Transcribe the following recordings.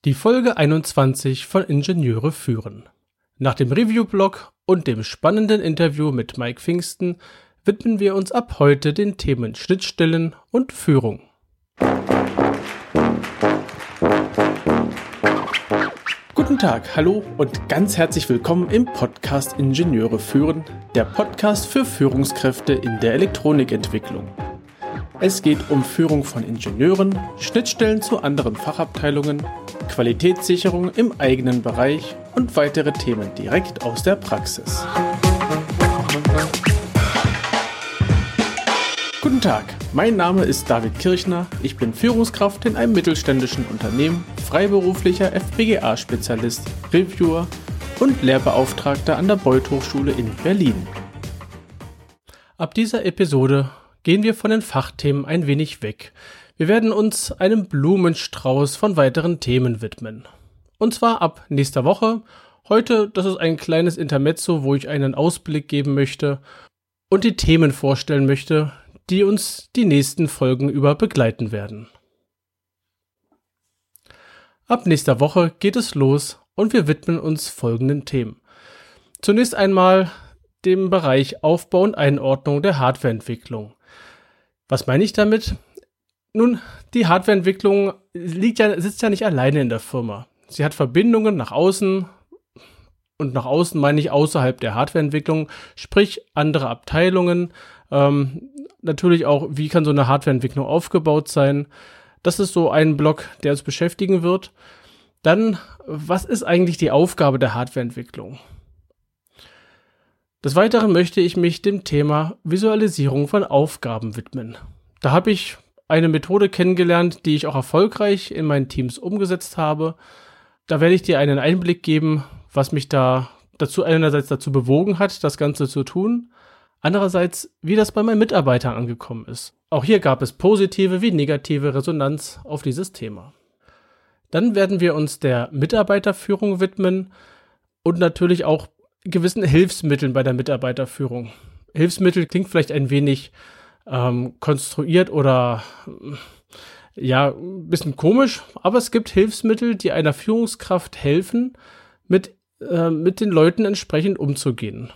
Die Folge 21 von Ingenieure führen. Nach dem Review-Blog und dem spannenden Interview mit Mike Pfingsten widmen wir uns ab heute den Themen Schnittstellen und Führung. Guten Tag, hallo und ganz herzlich willkommen im Podcast Ingenieure führen, der Podcast für Führungskräfte in der Elektronikentwicklung. Es geht um Führung von Ingenieuren, Schnittstellen zu anderen Fachabteilungen, Qualitätssicherung im eigenen Bereich und weitere Themen direkt aus der Praxis. Guten Tag, mein Name ist David Kirchner, ich bin Führungskraft in einem mittelständischen Unternehmen, freiberuflicher FPGA-Spezialist, Reviewer und Lehrbeauftragter an der Beuth Hochschule in Berlin. Ab dieser Episode gehen wir von den Fachthemen ein wenig weg. Wir werden uns einem Blumenstrauß von weiteren Themen widmen. Und zwar ab nächster Woche. Heute, das ist ein kleines Intermezzo, wo ich einen Ausblick geben möchte und die Themen vorstellen möchte, die uns die nächsten Folgen über begleiten werden. Ab nächster Woche geht es los und wir widmen uns folgenden Themen. Zunächst einmal dem Bereich Aufbau und Einordnung der Hardwareentwicklung. Was meine ich damit? Nun, die Hardwareentwicklung sitzt ja nicht alleine in der Firma. Sie hat Verbindungen nach außen und nach außen meine ich außerhalb der Hardwareentwicklung, sprich andere Abteilungen. Natürlich auch, wie kann so eine Hardwareentwicklung aufgebaut sein? Das ist so ein Block, der uns beschäftigen wird. Dann, was ist eigentlich die Aufgabe der Hardwareentwicklung? Des Weiteren möchte ich mich dem Thema Visualisierung von Aufgaben widmen. Da habe ich eine Methode kennengelernt, die ich auch erfolgreich in meinen Teams umgesetzt habe. Da werde ich dir einen Einblick geben, was mich da einerseits dazu bewogen hat, das Ganze zu tun, andererseits, wie das bei meinen Mitarbeitern angekommen ist. Auch hier gab es positive wie negative Resonanz auf dieses Thema. Dann werden wir uns der Mitarbeiterführung widmen und natürlich auch gewissen Hilfsmitteln bei der Mitarbeiterführung. Hilfsmittel klingt vielleicht ein wenig konstruiert oder ja, ein bisschen komisch, aber es gibt Hilfsmittel, die einer Führungskraft helfen, mit den Leuten entsprechend umzugehen.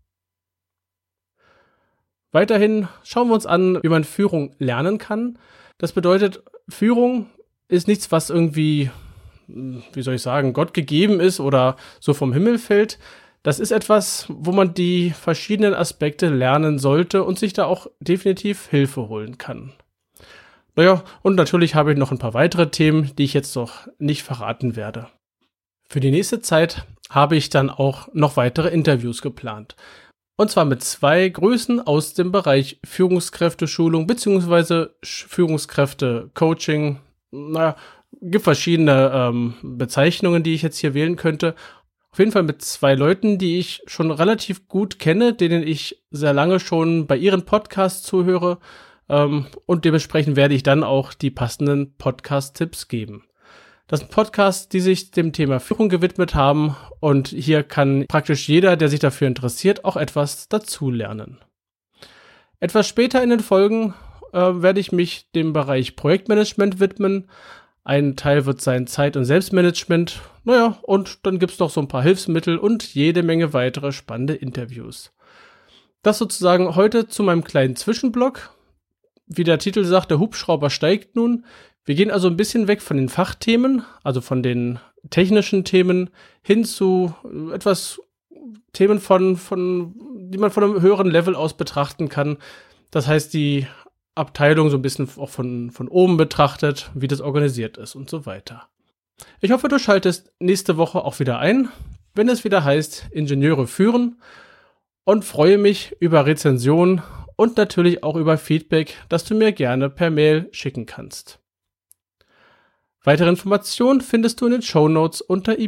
Weiterhin schauen wir uns an, wie man Führung lernen kann. Das bedeutet, Führung ist nichts, was irgendwie, wie soll ich sagen, Gott gegeben ist oder so vom Himmel fällt. Das ist etwas, wo man die verschiedenen Aspekte lernen sollte und sich da auch definitiv Hilfe holen kann. Naja, und natürlich habe ich noch ein paar weitere Themen, die ich jetzt noch nicht verraten werde. Für die nächste Zeit habe ich dann auch noch weitere Interviews geplant. Und zwar mit 2 Größen aus dem Bereich Führungskräfteschulung bzw. Führungskräfte-Coaching. Naja, gibt verschiedene Bezeichnungen, die ich jetzt hier wählen könnte. Auf jeden Fall mit 2 Leuten, die ich schon relativ gut kenne, denen ich sehr lange schon bei ihren Podcasts zuhöre und dementsprechend werde ich dann auch die passenden Podcast-Tipps geben. Das sind Podcasts, die sich dem Thema Führung gewidmet haben und hier kann praktisch jeder, der sich dafür interessiert, auch etwas dazulernen. Etwas später in den Folgen werde ich mich dem Bereich Projektmanagement widmen. Ein Teil wird sein Zeit- und Selbstmanagement. Naja, und dann gibt's noch so ein paar Hilfsmittel und jede Menge weitere spannende Interviews. Das sozusagen heute zu meinem kleinen Zwischenblock. Wie der Titel sagt, der Hubschrauber steigt nun. Wir gehen also ein bisschen weg von den Fachthemen, also von den technischen Themen, hin zu etwas Themen, die man von einem höheren Level aus betrachten kann. Das heißt, die Abteilung so ein bisschen auch von oben betrachtet, wie das organisiert ist und so weiter. Ich hoffe, du schaltest nächste Woche auch wieder ein, wenn es wieder heißt Ingenieure führen und freue mich über Rezensionen und natürlich auch über Feedback, das du mir gerne per Mail schicken kannst. Weitere Informationen findest du in den Shownotes unter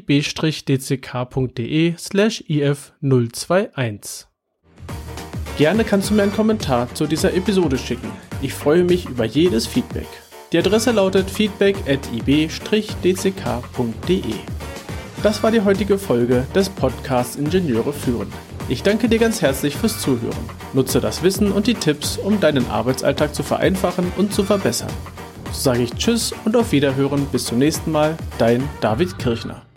ib-dck.de/if021. Gerne kannst du mir einen Kommentar zu dieser Episode schicken. Ich freue mich über jedes Feedback. Die Adresse lautet feedback@ib-dck.de. Das war die heutige Folge des Podcasts Ingenieure führen. Ich danke dir ganz herzlich fürs Zuhören. Nutze das Wissen und die Tipps, um deinen Arbeitsalltag zu vereinfachen und zu verbessern. So sage ich Tschüss und auf Wiederhören. Bis zum nächsten Mal. Dein David Kirchner.